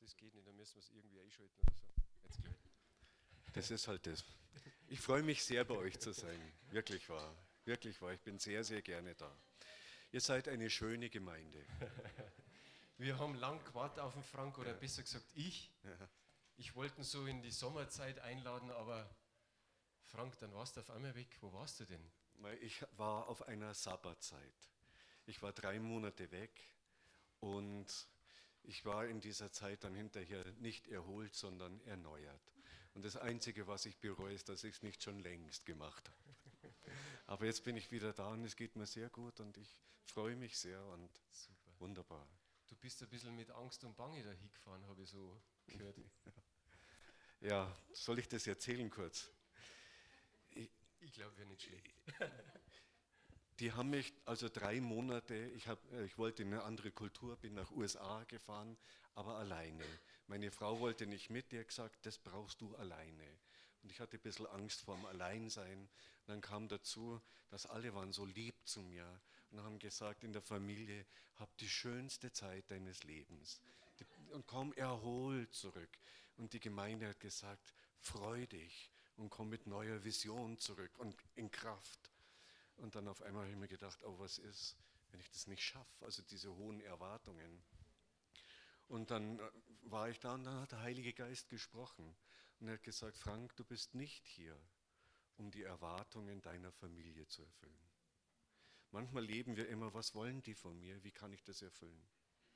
das geht nicht, dann müssen wir es irgendwie einschalten oder so. Jetzt gleich. Das ist halt das. Ich freue mich sehr, bei euch zu sein. Wirklich wahr. Wirklich wahr. Ich bin sehr, sehr gerne da. Ihr seid eine schöne Gemeinde. Wir haben lang gewartet auf den Frank, oder besser gesagt Ich wollte ihn so in die Sommerzeit einladen, aber Frank, dann warst du auf einmal weg. Wo warst du denn? Ich war auf einer Sabbatzeit. Ich war 3 Monate weg und ich war in dieser Zeit dann hinterher nicht erholt, sondern erneuert. Und das Einzige, was ich bereue, ist, dass ich es nicht schon längst gemacht habe. Aber jetzt bin ich wieder da und es geht mir sehr gut und ich freue mich sehr und Super. wunderbar. Du bist ein bisschen mit Angst und Bange da hingefahren, habe ich so gehört. Ja, soll ich das erzählen kurz? Ich glaube, wäre nicht schlecht. Die haben mich also 3 Monate, ich wollte in eine andere Kultur, bin nach USA gefahren, aber alleine. Meine Frau wollte nicht mit, die hat gesagt, das brauchst du alleine. Und ich hatte ein bisschen Angst vor dem Alleinsein. Und dann kam dazu, dass alle waren so lieb zu mir und haben gesagt, in der Familie, hab die schönste Zeit deines Lebens. Und komm erholt zurück. Und die Gemeinde hat gesagt, freu dich und komm mit neuer Vision zurück und in Kraft. Und dann auf einmal habe ich mir gedacht, oh, was ist, wenn ich das nicht schaffe? Also diese hohen Erwartungen. Und dann war ich da und dann hat der Heilige Geist gesprochen. Und er hat gesagt, Frank, du bist nicht hier, um die Erwartungen deiner Familie zu erfüllen. Manchmal leben wir immer, was wollen die von mir? Wie kann ich das erfüllen?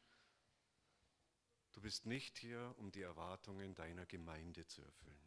Du bist nicht hier, um die Erwartungen deiner Gemeinde zu erfüllen.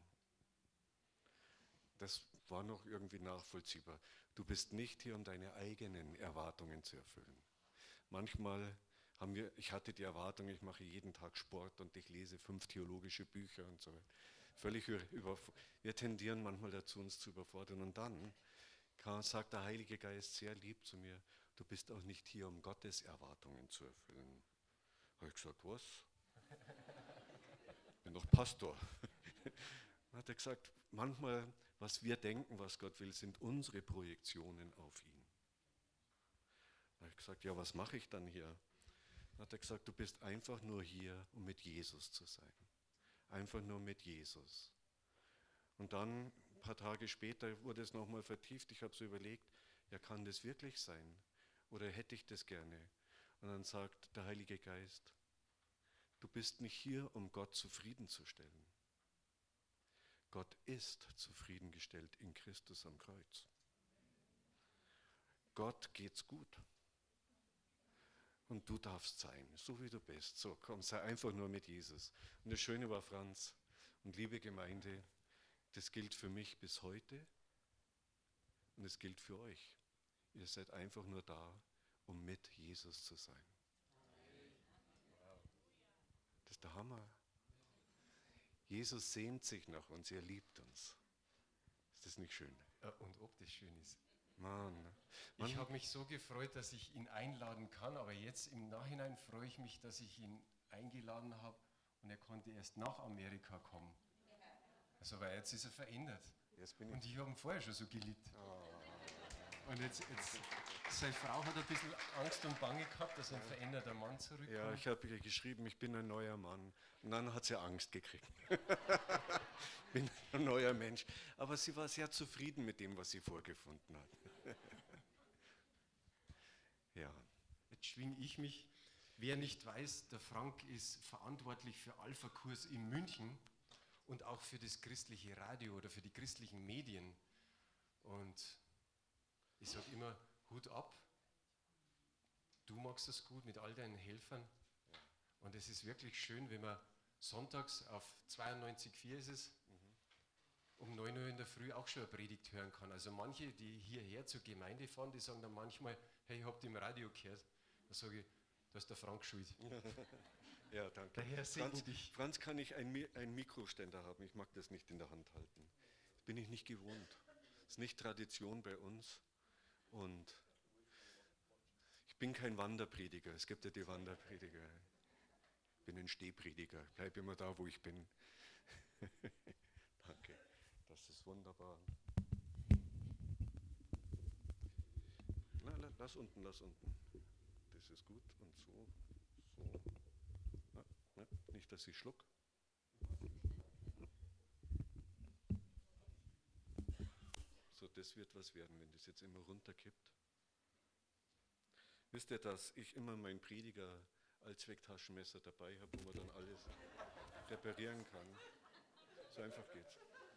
Das war noch irgendwie nachvollziehbar. Du bist nicht hier, um deine eigenen Erwartungen zu erfüllen. Manchmal ich hatte die Erwartung, ich mache jeden Tag Sport und ich lese 5 theologische Bücher und so weiter. Wir tendieren manchmal dazu, uns zu überfordern. Und dann sagt der Heilige Geist sehr lieb zu mir, du bist auch nicht hier, um Gottes Erwartungen zu erfüllen. Habe ich gesagt, was? Ich bin doch Pastor. Dann hat er gesagt, manchmal, was wir denken, was Gott will, sind unsere Projektionen auf ihn. Dann habe ich gesagt, ja, was mache ich dann hier? Dann hat er gesagt, du bist einfach nur hier, um mit Jesus zu sein. Einfach nur mit Jesus. Und dann, ein paar Tage später, wurde es nochmal vertieft. Ich habe so überlegt, ja, kann das wirklich sein? Oder hätte ich das gerne? Und dann sagt der Heilige Geist, du bist nicht hier, um Gott zufriedenzustellen. Gott ist zufriedengestellt in Christus am Kreuz. Gott geht's gut. Und du darfst sein, so wie du bist. So, komm, sei einfach nur mit Jesus. Und das Schöne war, Franz und liebe Gemeinde, das gilt für mich bis heute und es gilt für euch. Ihr seid einfach nur da, um mit Jesus zu sein. Das ist der Hammer. Jesus sehnt sich nach uns, er liebt uns. Ist das nicht schön? Und ob das schön ist. Mann. Ich habe mich so gefreut, dass ich ihn einladen kann, aber jetzt im Nachhinein freue ich mich, dass ich ihn eingeladen habe und er konnte erst nach Amerika kommen. Also weil jetzt ist er verändert. Und ich habe ihn vorher schon so geliebt. Und jetzt seine Frau hat ein bisschen Angst und Bange gehabt, dass ein veränderter Mann zurückkommt. Ja, ich habe ihr geschrieben, ich bin ein neuer Mann. Und dann hat sie Angst gekriegt. Ich bin ein neuer Mensch. Aber sie war sehr zufrieden mit dem, was sie vorgefunden hat. Ja. Jetzt schwinge ich mich. Wer nicht weiß, der Frank ist verantwortlich für Alpha-Kurs in München und auch für das christliche Radio oder für die christlichen Medien. Und ich sage immer, Hut ab. Du machst das gut mit all deinen Helfern. Und es ist wirklich schön, wenn man sonntags auf 92,4 ist es, um 9 Uhr in der Früh auch schon eine Predigt hören kann. Also manche, die hierher zur Gemeinde fahren, die sagen dann manchmal, hey, ich habe im Radio gehört. Da sage ich, da ist der Frank schuld. Ja, danke. Der Herr segne dich. Franz, kann ich einen Mikroständer haben? Ich mag das nicht in der Hand halten. Das bin ich nicht gewohnt. Das ist nicht Tradition bei uns. Und ich bin kein Wanderprediger. Es gibt ja die Wanderprediger. Ich bin ein Stehprediger. Ich bleibe immer da, wo ich bin. Danke. Das ist wunderbar. Na, lass unten, lass unten. Das ist gut und so, so. Na, nicht dass ich schluck. So, das wird was werden, wenn das jetzt immer runterkippt. Wisst ihr, dass ich immer mein Prediger Allzwecktaschenmesser dabei habe, wo man dann alles reparieren kann? So einfach geht's.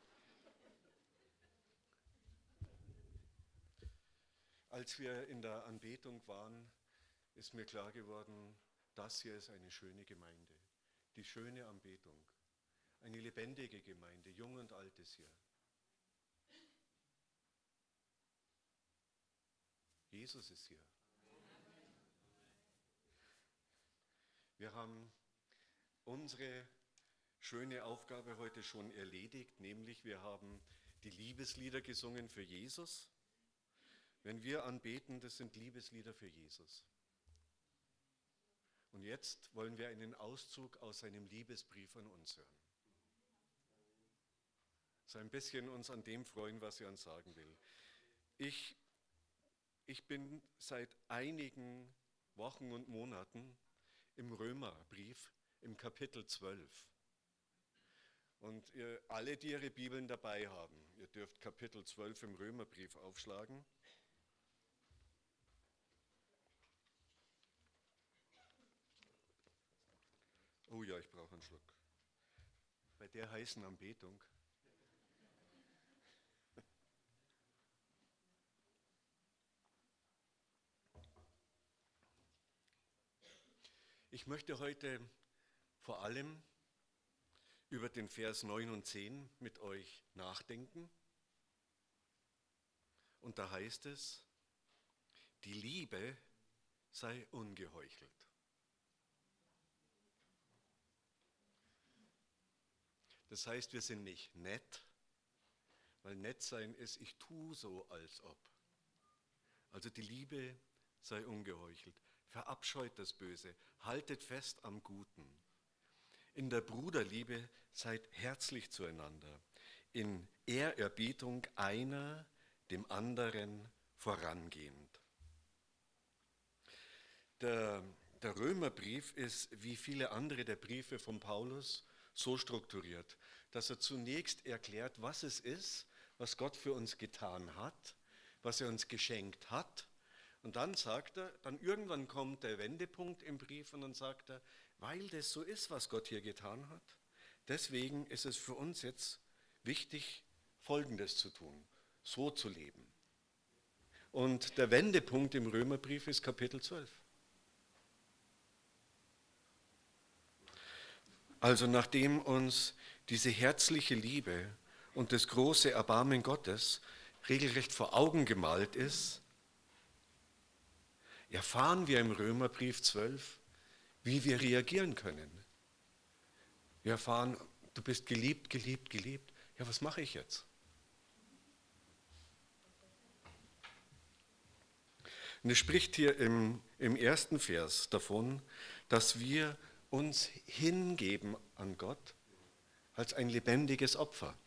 Als wir in der Anbetung waren, ist mir klar geworden, das hier ist eine schöne Gemeinde. Die schöne Anbetung. Eine lebendige Gemeinde, Jung und Alt ist hier. Jesus ist hier. Wir haben unsere schöne Aufgabe heute schon erledigt, nämlich wir haben die Liebeslieder gesungen für Jesus. Wenn wir anbeten, das sind Liebeslieder für Jesus. Und jetzt wollen wir einen Auszug aus seinem Liebesbrief an uns hören. So ein bisschen uns an dem freuen, was er uns sagen will. Ich bin seit einigen Wochen und Monaten im Römerbrief, im Kapitel 12. Und alle, die ihre Bibeln dabei haben, ihr dürft Kapitel 12 im Römerbrief aufschlagen. Oh ja, ich brauche einen Schluck. Bei der heißen Anbetung. Ich möchte heute vor allem über den Vers 9 und 10 mit euch nachdenken. Und da heißt es, die Liebe sei ungeheuchelt. Das heißt, wir sind nicht nett, weil nett sein ist, ich tue so, als ob. Also die Liebe sei ungeheuchelt. Verabscheut das Böse, haltet fest am Guten. In der Bruderliebe seid herzlich zueinander, in Ehrerbietung einer dem anderen vorangehend. Der Römerbrief ist, wie viele andere der Briefe von Paulus, so strukturiert, dass er zunächst erklärt, was es ist, was Gott für uns getan hat, was er uns geschenkt hat. Und dann sagt er, dann irgendwann kommt der Wendepunkt im Brief und dann sagt er, weil das so ist, was Gott hier getan hat, deswegen ist es für uns jetzt wichtig, Folgendes zu tun, so zu leben. Und der Wendepunkt im Römerbrief ist Kapitel 12. Also nachdem uns diese herzliche Liebe und das große Erbarmen Gottes regelrecht vor Augen gemalt ist, erfahren wir im Römerbrief 12, wie wir reagieren können. Wir erfahren, du bist geliebt, geliebt, geliebt. Ja, was mache ich jetzt? Und es spricht hier im ersten Vers davon, dass wir uns hingeben an Gott als ein lebendiges Opfer.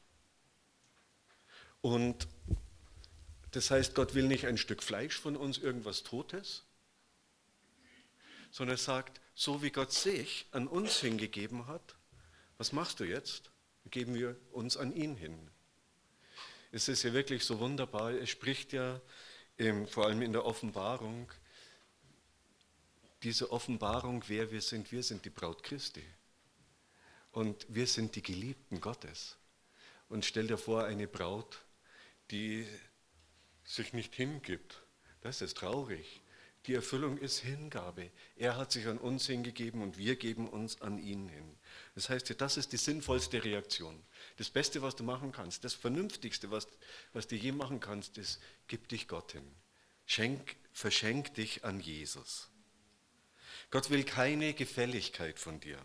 Und das heißt, Gott will nicht ein Stück Fleisch von uns, irgendwas Totes, sondern er sagt, so wie Gott sich an uns hingegeben hat, was machst du jetzt? Geben wir uns an ihn hin. Es ist ja wirklich so wunderbar, es spricht ja vor allem in der Offenbarung, diese Offenbarung, wer wir sind die Braut Christi. Und wir sind die Geliebten Gottes. Und stell dir vor, eine Braut, die sich nicht hingibt. Das ist traurig. Die Erfüllung ist Hingabe. Er hat sich an uns hingegeben und wir geben uns an ihn hin. Das heißt, das ist die sinnvollste Reaktion. Das Beste, was du machen kannst, das Vernünftigste, was du je machen kannst, ist, gib dich Gott hin. Verschenk dich an Jesus. Gott will keine Gefälligkeit von dir.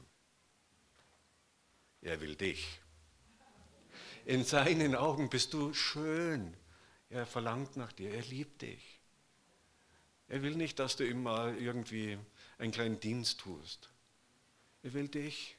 Er will dich. In seinen Augen bist du schön. Er verlangt nach dir, er liebt dich. Er will nicht, dass du ihm mal irgendwie einen kleinen Dienst tust. Er will dich.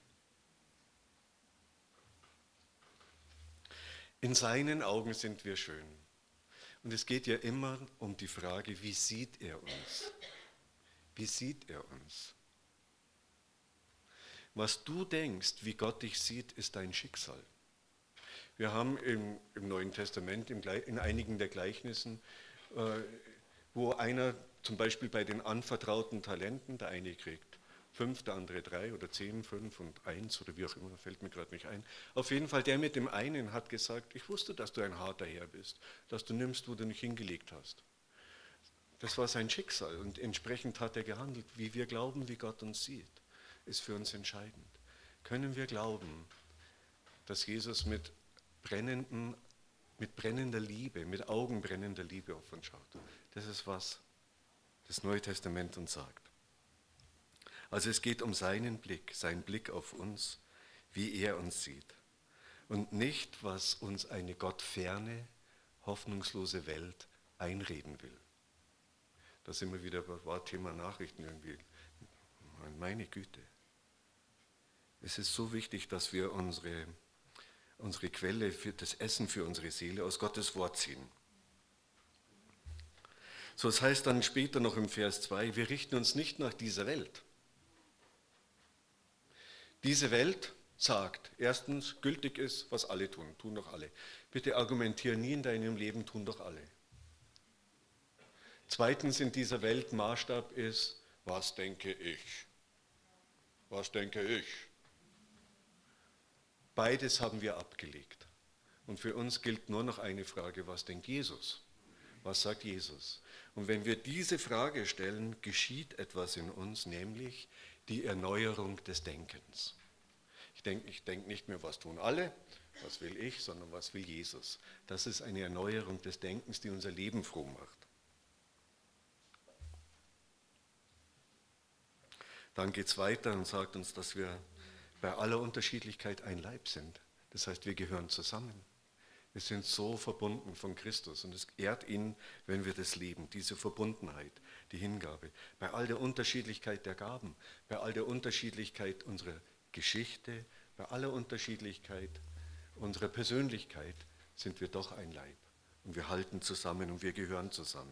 In seinen Augen sind wir schön. Und es geht ja immer um die Frage, wie sieht er uns? Wie sieht er uns? Was du denkst, wie Gott dich sieht, ist dein Schicksal. Wir haben im Neuen Testament, in einigen der Gleichnissen, wo einer zum Beispiel bei den anvertrauten Talenten, der eine kriegt 5, der andere 3 oder 10, 5 und 1 oder wie auch immer, fällt mir gerade nicht ein. Auf jeden Fall, der mit dem einen hat gesagt, ich wusste, dass du ein harter Herr bist, dass du nimmst, wo du nicht hingelegt hast. Das war sein Schicksal und entsprechend hat er gehandelt. Wie wir glauben, wie Gott uns sieht, ist für uns entscheidend. Können wir glauben, dass Jesus mit brennender Liebe, mit augenbrennender Liebe auf uns schaut? Das ist, was das Neue Testament uns sagt. Also es geht um seinen Blick auf uns, wie er uns sieht. Und nicht, was uns eine gottferne, hoffnungslose Welt einreden will. Da sind wir wieder bei Thema Nachrichten irgendwie. Meine Güte. Es ist so wichtig, dass wir unsere Quelle für das Essen für unsere Seele aus Gottes Wort ziehen. So, es heißt dann später noch im Vers 2, wir richten uns nicht nach dieser Welt. Diese Welt sagt, erstens, gültig ist, was alle tun doch alle. Bitte argumentiere nie in deinem Leben, tun doch alle. Zweitens, in dieser Welt Maßstab ist, was denke ich? Was denke ich? Beides haben wir abgelegt. Und für uns gilt nur noch eine Frage, was denkt Jesus? Was sagt Jesus? Und wenn wir diese Frage stellen, geschieht etwas in uns, nämlich die Erneuerung des Denkens. Ich denke nicht mehr, was tun alle, was will ich, sondern was will Jesus. Das ist eine Erneuerung des Denkens, die unser Leben froh macht. Dann geht es weiter und sagt uns, dass wir bei aller Unterschiedlichkeit ein Leib sind. Das heißt, wir gehören zusammen. Wir sind so verbunden von Christus und es ehrt ihn, wenn wir das leben, diese Verbundenheit, die Hingabe. Bei all der Unterschiedlichkeit der Gaben, bei all der Unterschiedlichkeit unserer Geschichte, bei aller Unterschiedlichkeit unserer Persönlichkeit sind wir doch ein Leib. Und wir halten zusammen und wir gehören zusammen.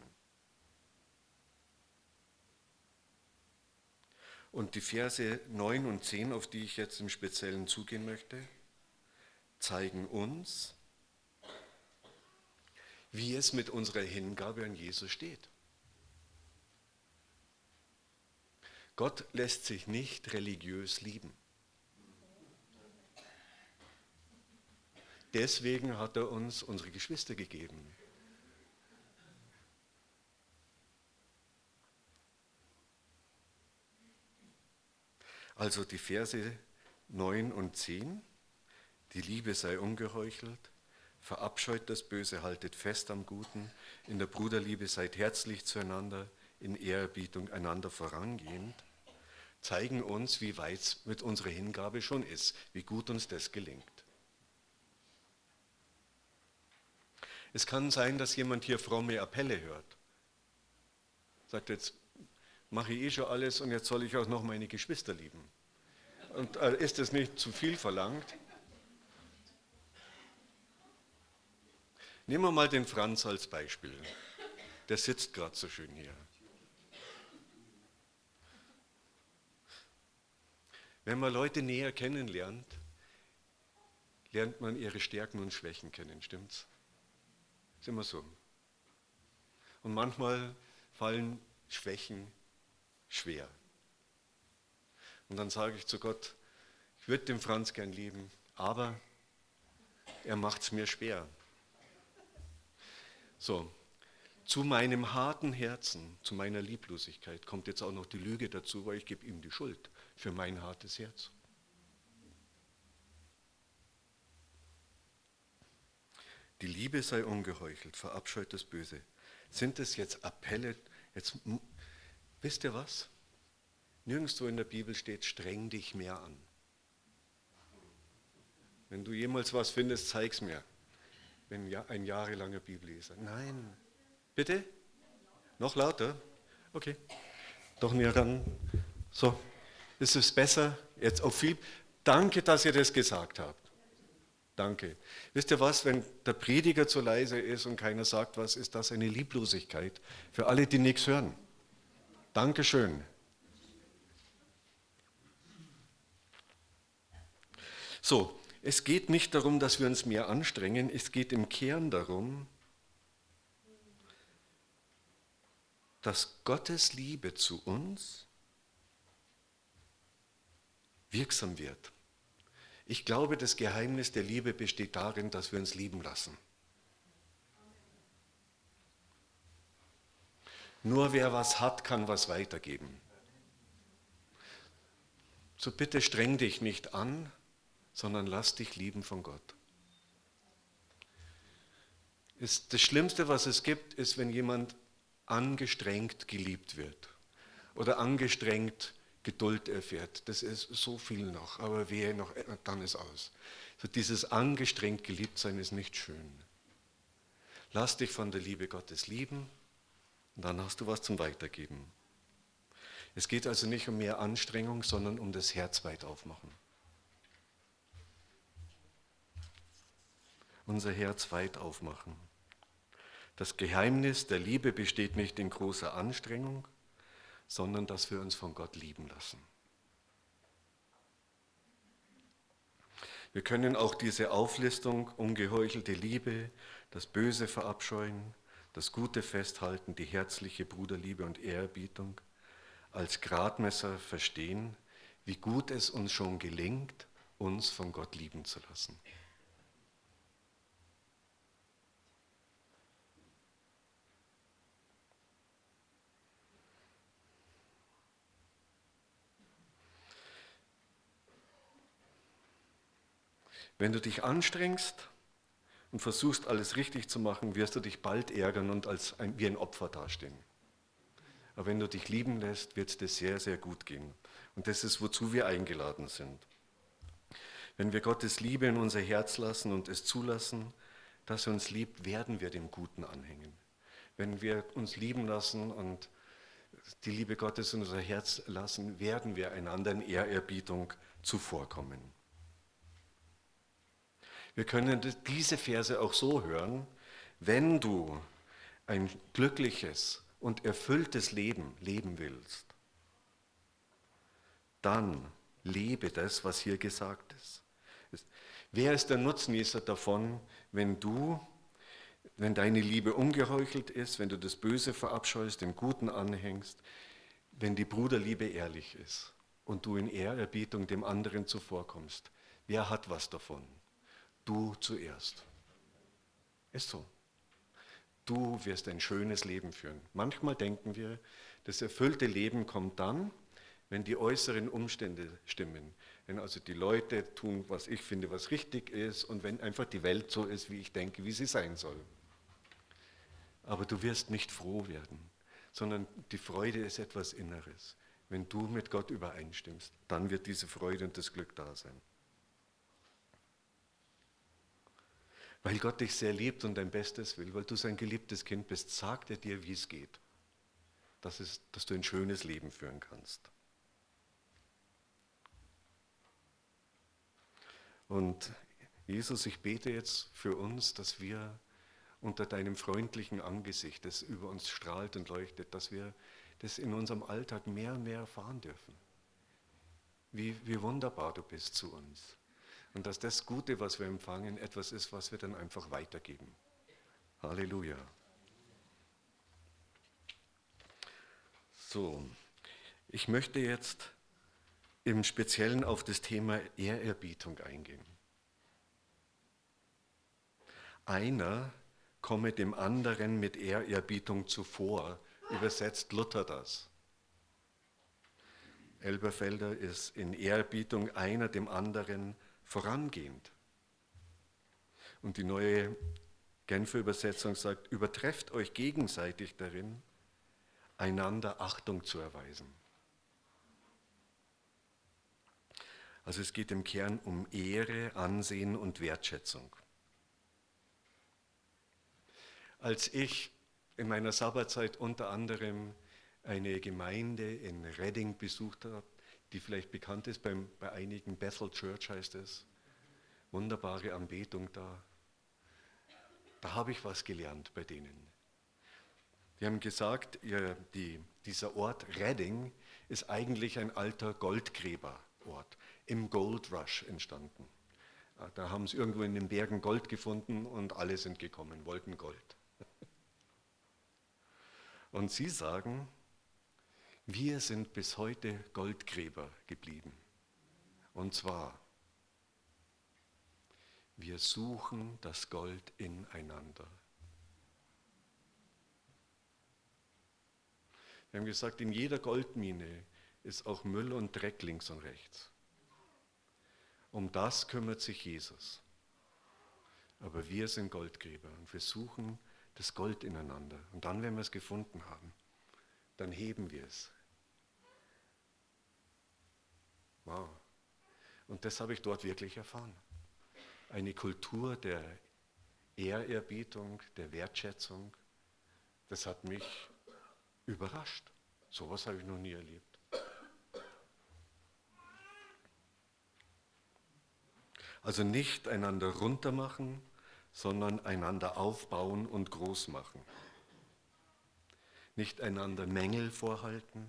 Und die Verse 9 und 10, auf die ich jetzt im Speziellen zugehen möchte, zeigen uns, wie es mit unserer Hingabe an Jesus steht. Gott lässt sich nicht religiös lieben. Deswegen hat er uns unsere Geschwister gegeben. Also die Verse 9 und 10, die Liebe sei ungeheuchelt, verabscheut das Böse, haltet fest am Guten, in der Bruderliebe seid herzlich zueinander, in Ehrerbietung einander vorangehend, zeigen uns, wie weit es mit unserer Hingabe schon ist, wie gut uns das gelingt. Es kann sein, dass jemand hier fromme Appelle hört. Sagt jetzt, mache ich eh schon alles und jetzt soll ich auch noch meine Geschwister lieben. Und ist das nicht zu viel verlangt? Nehmen wir mal den Franz als Beispiel. Der sitzt gerade so schön hier. Wenn man Leute näher kennenlernt, lernt man ihre Stärken und Schwächen kennen, stimmt's? Ist immer so. Und manchmal fallen Schwächen schwer. Und dann sage ich zu Gott, ich würde den Franz gern lieben, aber er macht es mir schwer. So, zu meinem harten Herzen, zu meiner Lieblosigkeit kommt jetzt auch noch die Lüge dazu, weil ich gebe ihm die Schuld für mein hartes Herz. Die Liebe sei ungeheuchelt, verabscheut das Böse. Sind es jetzt Appelle? Jetzt, wisst ihr was? Nirgendwo in der Bibel steht, streng dich mehr an. Wenn du jemals was findest, zeig's mir. Bin ein jahrelanger Bibelleser. Nein. Bitte? Noch lauter? Okay. Doch näher ran. So. Ist es besser? Jetzt auf viel. Danke, dass ihr das gesagt habt. Danke. Wisst ihr was, wenn der Prediger zu leise ist und keiner sagt was, ist das eine Lieblosigkeit für alle, die nichts hören. Dankeschön. So, es geht nicht darum, dass wir uns mehr anstrengen, es geht im Kern darum, dass Gottes Liebe zu uns wirksam wird. Ich glaube, das Geheimnis der Liebe besteht darin, dass wir uns lieben lassen. Nur wer was hat, kann was weitergeben. So bitte streng dich nicht an, sondern lass dich lieben von Gott. Das Schlimmste, was es gibt, ist, wenn jemand angestrengt geliebt wird oder angestrengt Geduld erfährt. Das ist so viel noch, aber wehe noch, dann ist aus. So dieses angestrengt geliebt sein ist nicht schön. Lass dich von der Liebe Gottes lieben und dann hast du was zum Weitergeben. Es geht also nicht um mehr Anstrengung, sondern um das Herz weit aufmachen. Unser Herz weit aufmachen. Das Geheimnis der Liebe besteht nicht in großer Anstrengung, sondern dass wir uns von Gott lieben lassen. Wir können auch diese Auflistung, ungeheuchelte Liebe, das Böse verabscheuen, das Gute festhalten, die herzliche Bruderliebe und Ehrerbietung, als Gradmesser verstehen, wie gut es uns schon gelingt, uns von Gott lieben zu lassen. Wenn du dich anstrengst und versuchst, alles richtig zu machen, wirst du dich bald ärgern und wie ein Opfer dastehen. Aber wenn du dich lieben lässt, wird es dir sehr, sehr gut gehen. Und das ist, wozu wir eingeladen sind. Wenn wir Gottes Liebe in unser Herz lassen und es zulassen, dass er uns liebt, werden wir dem Guten anhängen. Wenn wir uns lieben lassen und die Liebe Gottes in unser Herz lassen, werden wir einander in Ehrerbietung zuvorkommen. Wir können diese Verse auch so hören: Wenn du ein glückliches und erfülltes Leben leben willst, dann lebe das, was hier gesagt ist. Wer ist der Nutznießer davon, wenn deine Liebe ungeheuchelt ist, wenn du das Böse verabscheust, dem Guten anhängst, wenn die Bruderliebe ehrlich ist und du in Ehrerbietung dem anderen zuvorkommst? Wer hat was davon? Du zuerst. Ist so. Du wirst ein schönes Leben führen. Manchmal denken wir, das erfüllte Leben kommt dann, wenn die äußeren Umstände stimmen. Wenn also die Leute tun, was ich finde, was richtig ist, und wenn einfach die Welt so ist, wie ich denke, wie sie sein soll. Aber du wirst nicht froh werden, sondern die Freude ist etwas Inneres. Wenn du mit Gott übereinstimmst, dann wird diese Freude und das Glück da sein. Weil Gott dich sehr liebt und dein Bestes will, weil du sein geliebtes Kind bist, sagt er dir, wie es geht. Dass du ein schönes Leben führen kannst. Und Jesus, ich bete jetzt für uns, dass wir unter deinem freundlichen Angesicht, das über uns strahlt und leuchtet, dass wir das in unserem Alltag mehr und mehr erfahren dürfen. Wie wunderbar du bist zu uns. Und dass das Gute, was wir empfangen, etwas ist, was wir dann einfach weitergeben. Halleluja. So, ich möchte jetzt im Speziellen auf das Thema Ehrerbietung eingehen. Einer komme dem anderen mit Ehrerbietung zuvor, übersetzt Luther das. Elberfelder ist in Ehrerbietung einer dem anderen vorangehend. Und die neue Genfer Übersetzung sagt, übertrefft euch gegenseitig darin, einander Achtung zu erweisen. Also es geht im Kern um Ehre, Ansehen und Wertschätzung. Als ich in meiner Sabbatzeit unter anderem eine Gemeinde in Redding besucht habe, die vielleicht bekannt ist, bei einigen, Bethel Church heißt es, wunderbare Anbetung da. Da habe ich was gelernt bei denen. Die haben gesagt, dieser Ort Redding ist eigentlich ein alter Goldgräberort, im Gold Rush entstanden. Da haben sie irgendwo in den Bergen Gold gefunden und alle sind gekommen, wollten Gold. Und sie sagen, wir sind bis heute Goldgräber geblieben. Und zwar, wir suchen das Gold ineinander. Wir haben gesagt, in jeder Goldmine ist auch Müll und Dreck links und rechts. Um das kümmert sich Jesus. Aber wir sind Goldgräber und wir suchen das Gold ineinander. Und dann, wenn wir es gefunden haben, dann heben wir es. Wow. Und das habe ich dort wirklich erfahren. Eine Kultur der Ehrerbietung, der Wertschätzung, das hat mich überrascht. So etwas habe ich noch nie erlebt. Also nicht einander runtermachen, sondern einander aufbauen und groß machen. Nicht einander Mängel vorhalten,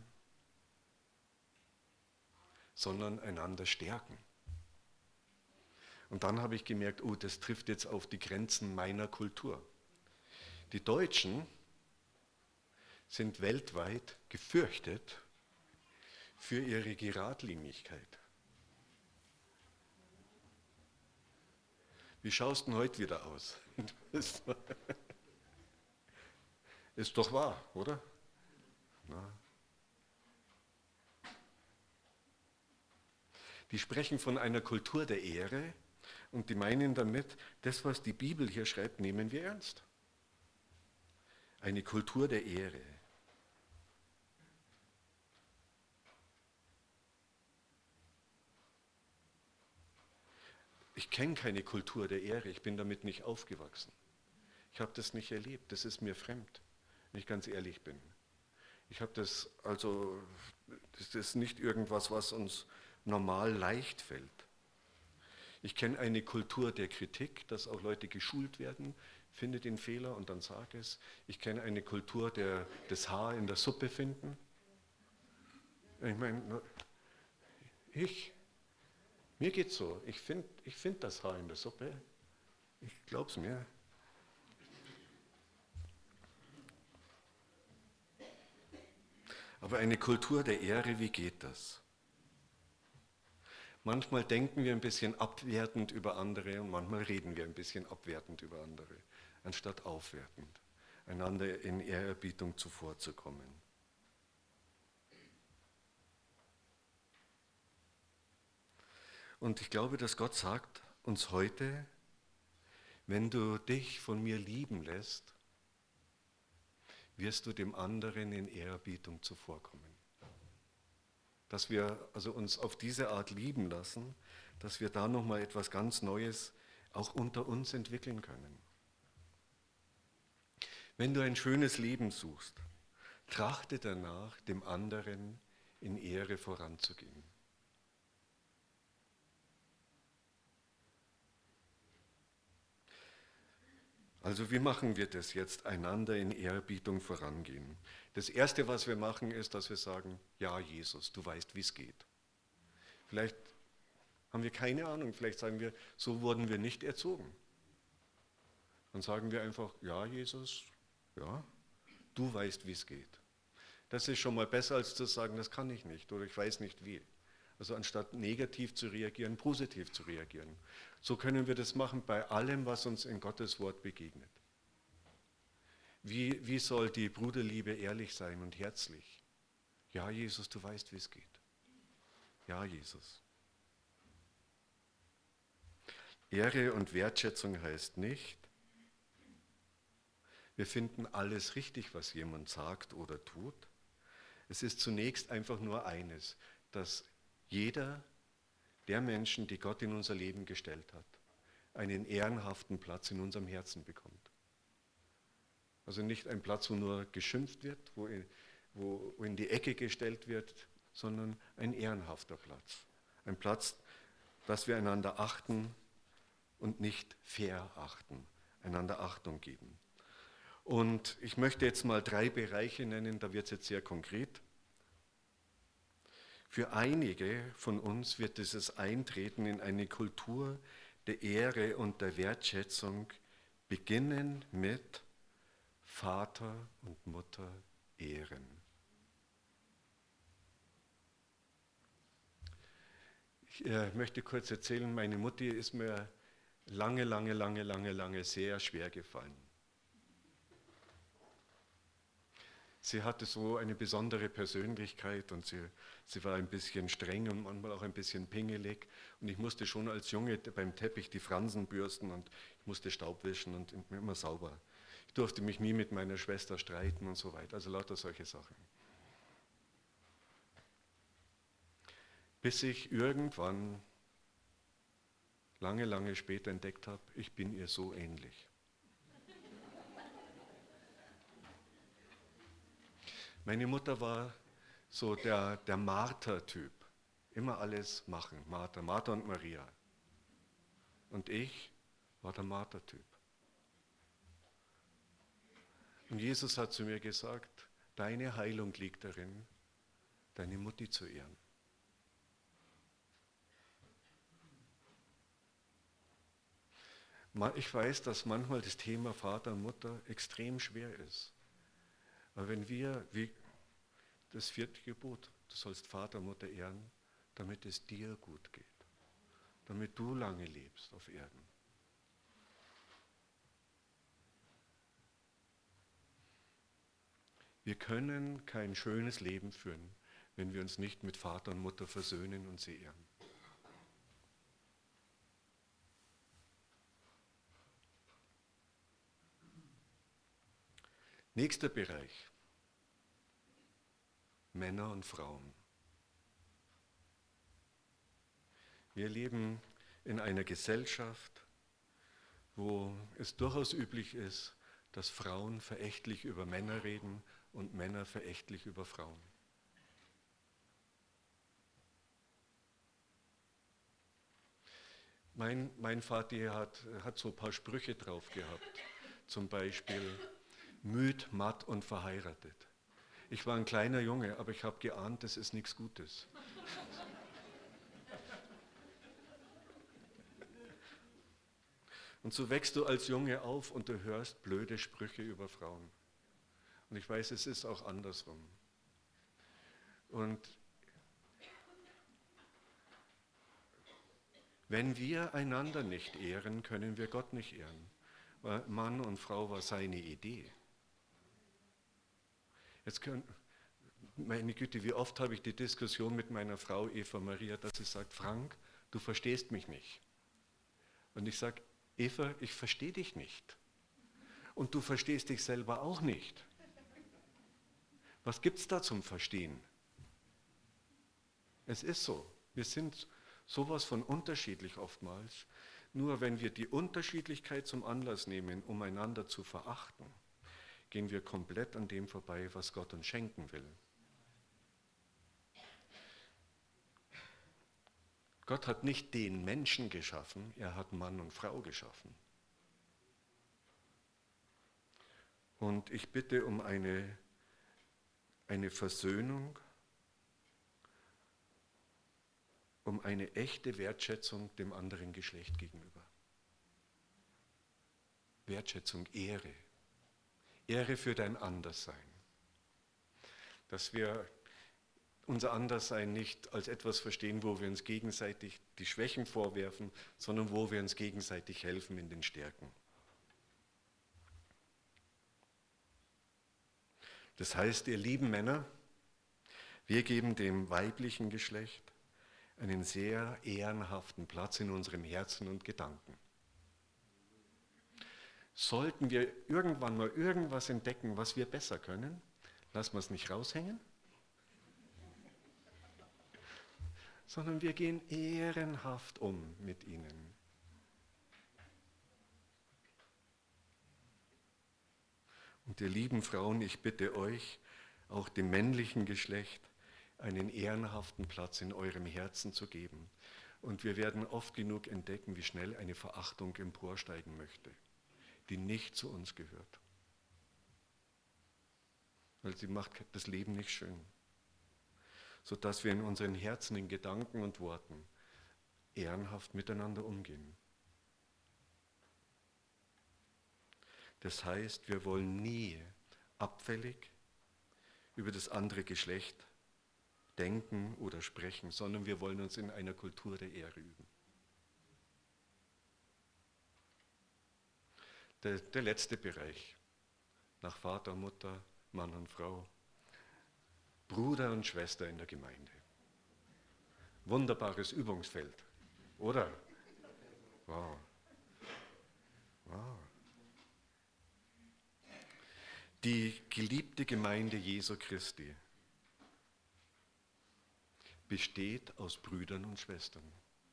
sondern einander stärken. Und dann habe ich gemerkt, oh, das trifft jetzt auf die Grenzen meiner Kultur. Die Deutschen sind weltweit gefürchtet für ihre Geradlinigkeit. Wie schaust du denn heute wieder aus? Ist doch wahr, oder? Na. Die sprechen von einer Kultur der Ehre und die meinen damit, das, was die Bibel hier schreibt, nehmen wir ernst. Eine Kultur der Ehre. Ich kenne keine Kultur der Ehre, ich bin damit nicht aufgewachsen. Ich habe das nicht erlebt, das ist mir fremd, wenn ich ganz ehrlich bin. Ich habe das, also, das ist nicht irgendwas, was uns normal leicht fällt. Ich kenne eine Kultur der Kritik, dass auch Leute geschult werden, finde den Fehler und dann sage es. Ich kenne eine Kultur des Haar in der Suppe finden. Ich meine, mir geht's so, ich find das Haar in der Suppe, ich glaub's mir. Aber eine Kultur der Ehre, wie geht das? Manchmal denken wir ein bisschen abwertend über andere und manchmal reden wir ein bisschen abwertend über andere, anstatt aufwertend, einander in Ehrerbietung zuvorzukommen. Und ich glaube, dass Gott sagt uns heute, wenn du dich von mir lieben lässt, wirst du dem anderen in Ehrerbietung zuvorkommen. Dass wir also uns auf diese Art lieben lassen, dass wir da nochmal etwas ganz Neues auch unter uns entwickeln können. Wenn du ein schönes Leben suchst, trachte danach, dem anderen in Ehre voranzugehen. Also wie machen wir das jetzt, einander in Ehrerbietung vorangehen? Das Erste, was wir machen, ist, dass wir sagen, ja Jesus, du weißt, wie es geht. Vielleicht haben wir keine Ahnung, vielleicht sagen wir, so wurden wir nicht erzogen. Dann sagen wir einfach, ja Jesus, ja, du weißt, wie es geht. Das ist schon mal besser, als zu sagen, das kann ich nicht oder ich weiß nicht wie. Also anstatt negativ zu reagieren, positiv zu reagieren. So können wir das machen bei allem, was uns in Gottes Wort begegnet. Wie soll die Bruderliebe ehrlich sein und herzlich? Ja, Jesus, du weißt, wie es geht. Ja, Jesus. Ehre und Wertschätzung heißt nicht, wir finden alles richtig, was jemand sagt oder tut. Es ist zunächst einfach nur eines, dass jeder der Menschen, die Gott in unser Leben gestellt hat, einen ehrenhaften Platz in unserem Herzen bekommt. Also nicht ein Platz, wo nur geschimpft wird, wo in die Ecke gestellt wird, sondern ein ehrenhafter Platz. Ein Platz, dass wir einander achten und nicht verachten, einander Achtung geben. Und ich möchte jetzt mal 3 Bereiche nennen, da wird es jetzt sehr konkret. Für einige von uns wird dieses Eintreten in eine Kultur der Ehre und der Wertschätzung beginnen mit Vater und Mutter ehren. Ich möchte kurz erzählen, meine Mutti ist mir lange sehr schwer gefallen. Sie hatte so eine besondere Persönlichkeit und sie war ein bisschen streng und manchmal auch ein bisschen pingelig. Und ich musste schon als Junge beim Teppich die Fransen bürsten und ich musste Staub wischen und immer sauber. Ich durfte mich nie mit meiner Schwester streiten und so weiter. Also lauter solche Sachen. Bis ich irgendwann lange später entdeckt habe, ich bin ihr so ähnlich. Meine Mutter war so der Martha-Typ. Immer alles machen. Martha und Maria. Und ich war der Martha-Typ. Und Jesus hat zu mir gesagt, deine Heilung liegt darin, deine Mutti zu ehren. Ich weiß, dass manchmal das Thema Vater und Mutter extrem schwer ist. Aber wenn wir, wie das 4. Gebot, du sollst Vater und Mutter ehren, damit es dir gut geht, damit du lange lebst auf Erden. Wir können kein schönes Leben führen, wenn wir uns nicht mit Vater und Mutter versöhnen und sie ehren. Nächster Bereich. Männer und Frauen. Wir leben in einer Gesellschaft, wo es durchaus üblich ist, dass Frauen verächtlich über Männer reden und Männer verächtlich über Frauen. Mein Vati hat so ein paar Sprüche drauf gehabt. Zum Beispiel müd, matt und verheiratet. Ich war ein kleiner Junge, aber ich habe geahnt, das ist nichts Gutes. Und so wächst du als Junge auf und du hörst blöde Sprüche über Frauen. Und ich weiß, es ist auch andersrum. Und wenn wir einander nicht ehren, können wir Gott nicht ehren. Weil Mann und Frau war seine Idee. Meine Güte, wie oft habe ich die Diskussion mit meiner Frau Eva Maria, dass sie sagt, Frank, du verstehst mich nicht. Und ich sage, Eva, ich verstehe dich nicht. Und du verstehst dich selber auch nicht. Was gibt es da zum Verstehen? Es ist so, wir sind sowas von unterschiedlich oftmals. Nur wenn wir die Unterschiedlichkeit zum Anlass nehmen, um einander zu verachten, gehen wir komplett an dem vorbei, was Gott uns schenken will. Gott hat nicht den Menschen geschaffen, er hat Mann und Frau geschaffen. Und ich bitte um eine Versöhnung, um eine echte Wertschätzung dem anderen Geschlecht gegenüber. Wertschätzung, Ehre. Ehre für dein Anderssein. Dass wir unser Anderssein nicht als etwas verstehen, wo wir uns gegenseitig die Schwächen vorwerfen, sondern wo wir uns gegenseitig helfen in den Stärken. Das heißt, ihr lieben Männer, wir geben dem weiblichen Geschlecht einen sehr ehrenhaften Platz in unserem Herzen und Gedanken. Sollten wir irgendwann mal irgendwas entdecken, was wir besser können, lassen wir es nicht raushängen, sondern wir gehen ehrenhaft um mit ihnen. Und ihr lieben Frauen, ich bitte euch, auch dem männlichen Geschlecht, einen ehrenhaften Platz in eurem Herzen zu geben. Und wir werden oft genug entdecken, wie schnell eine Verachtung emporsteigen möchte, die nicht zu uns gehört. Weil sie macht das Leben nicht schön. Sodass wir in unseren Herzen, in Gedanken und Worten ehrenhaft miteinander umgehen. Das heißt, wir wollen nie abfällig über das andere Geschlecht denken oder sprechen, sondern wir wollen uns in einer Kultur der Ehre üben. Der letzte Bereich, nach Vater, Mutter, Mann und Frau, Bruder und Schwester in der Gemeinde. Wunderbares Übungsfeld, oder? Wow. Wow. Die geliebte Gemeinde Jesu Christi besteht aus Brüdern und Schwestern.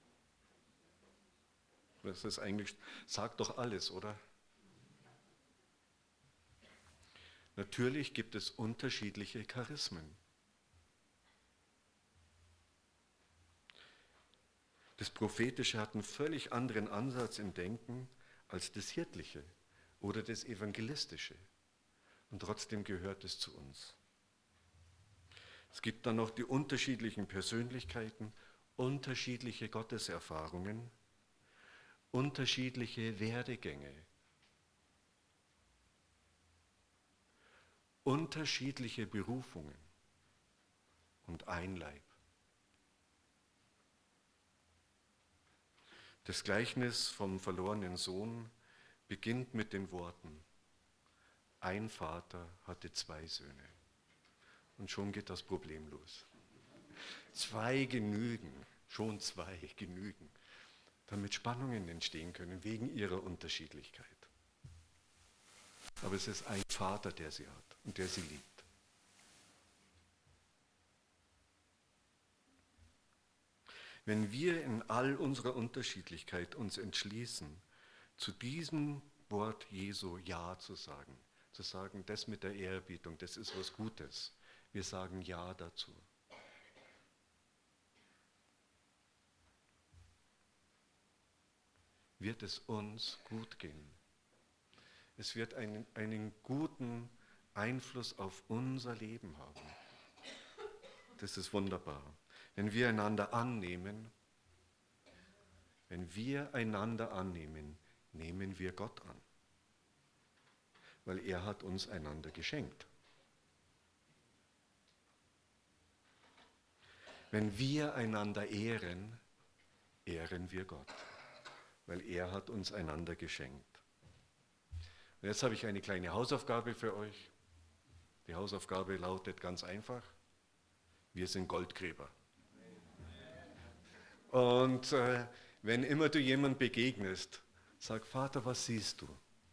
Das ist eigentlich, sagt doch alles, oder? Natürlich gibt es unterschiedliche Charismen. Das Prophetische hat einen völlig anderen Ansatz im Denken als das Hirtliche oder das Evangelistische. Und trotzdem gehört es zu uns. Es gibt dann noch die unterschiedlichen Persönlichkeiten, unterschiedliche Gotteserfahrungen, unterschiedliche Werdegänge, unterschiedliche Berufungen und ein Leib. Das Gleichnis vom verlorenen Sohn beginnt mit den Worten: Ein Vater hatte 2 Söhne. Und schon geht das Problem los. 2 genügen, schon 2 genügen, damit Spannungen entstehen können wegen ihrer Unterschiedlichkeit. Aber es ist ein Vater, der sie hat und der sie liebt. Wenn wir in all unserer Unterschiedlichkeit uns entschließen, zu diesem Wort Jesu Ja zu sagen, das mit der Ehrerbietung, das ist was Gutes. Wir sagen Ja dazu. Wird es uns gut gehen. Es wird einen guten Einfluss auf unser Leben haben. Das ist wunderbar. Wenn wir einander annehmen, nehmen wir Gott an. Weil er hat uns einander geschenkt. Wenn wir einander ehren, ehren wir Gott. Weil er hat uns einander geschenkt. Und jetzt habe ich eine kleine Hausaufgabe für euch. Die Hausaufgabe lautet ganz einfach: Wir sind Goldgräber. Und wenn immer du jemandem begegnest, sag: Vater, was siehst du?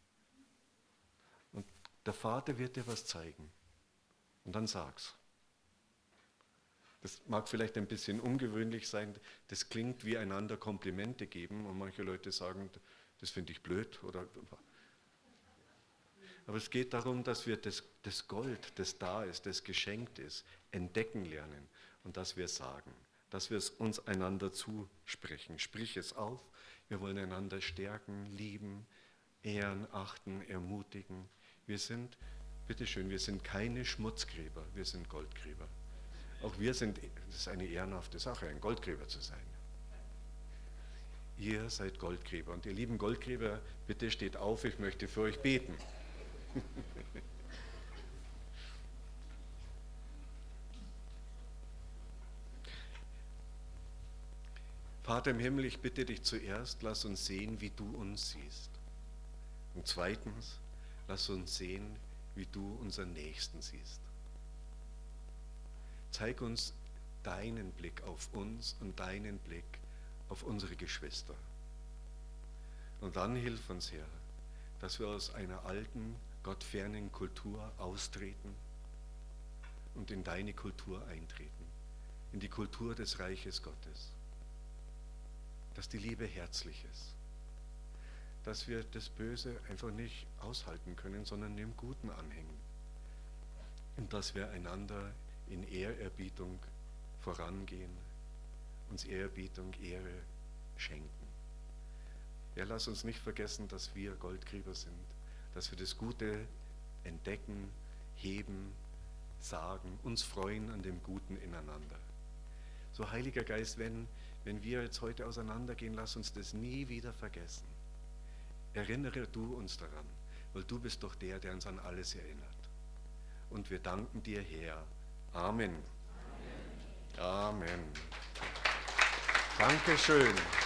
Und der Vater wird dir was zeigen. Und dann sag's. Das mag vielleicht ein bisschen ungewöhnlich sein, das klingt wie einander Komplimente geben und manche Leute sagen, das finde ich blöd. Aber es geht darum, dass wir das Gold, das da ist, das geschenkt ist, entdecken lernen und dass wir sagen, dass wir es uns einander zusprechen. Sprich es auf, wir wollen einander stärken, lieben, ehren, achten, ermutigen. Wir sind keine Schmutzgräber, wir sind Goldgräber. Auch das ist eine ehrenhafte Sache, ein Goldgräber zu sein. Ihr seid Goldgräber und ihr lieben Goldgräber, bitte steht auf, ich möchte für euch beten. Vater im Himmel, ich bitte dich zuerst, lass uns sehen, wie du uns siehst. Und zweitens, lass uns sehen, wie du unseren Nächsten siehst. Zeig uns deinen Blick auf uns und deinen Blick auf unsere Geschwister. Und dann hilf uns, Herr, dass wir aus einer alten, gottfernen Kultur austreten und in deine Kultur eintreten, in die Kultur des Reiches Gottes. Dass die Liebe herzlich ist, dass wir das Böse einfach nicht aushalten können, sondern dem Guten anhängen und dass wir einander in Ehrerbietung vorangehen, uns Ehrerbietung, Ehre schenken. Ja, lass uns nicht vergessen, dass wir Goldgräber sind, dass wir das Gute entdecken, heben, sagen, uns freuen an dem Guten ineinander. So, Heiliger Geist, wenn wir jetzt heute auseinandergehen, lass uns das nie wieder vergessen. Erinnere du uns daran, weil du bist doch der, der uns an alles erinnert. Und wir danken dir, Herr. Amen. Amen. Dankeschön.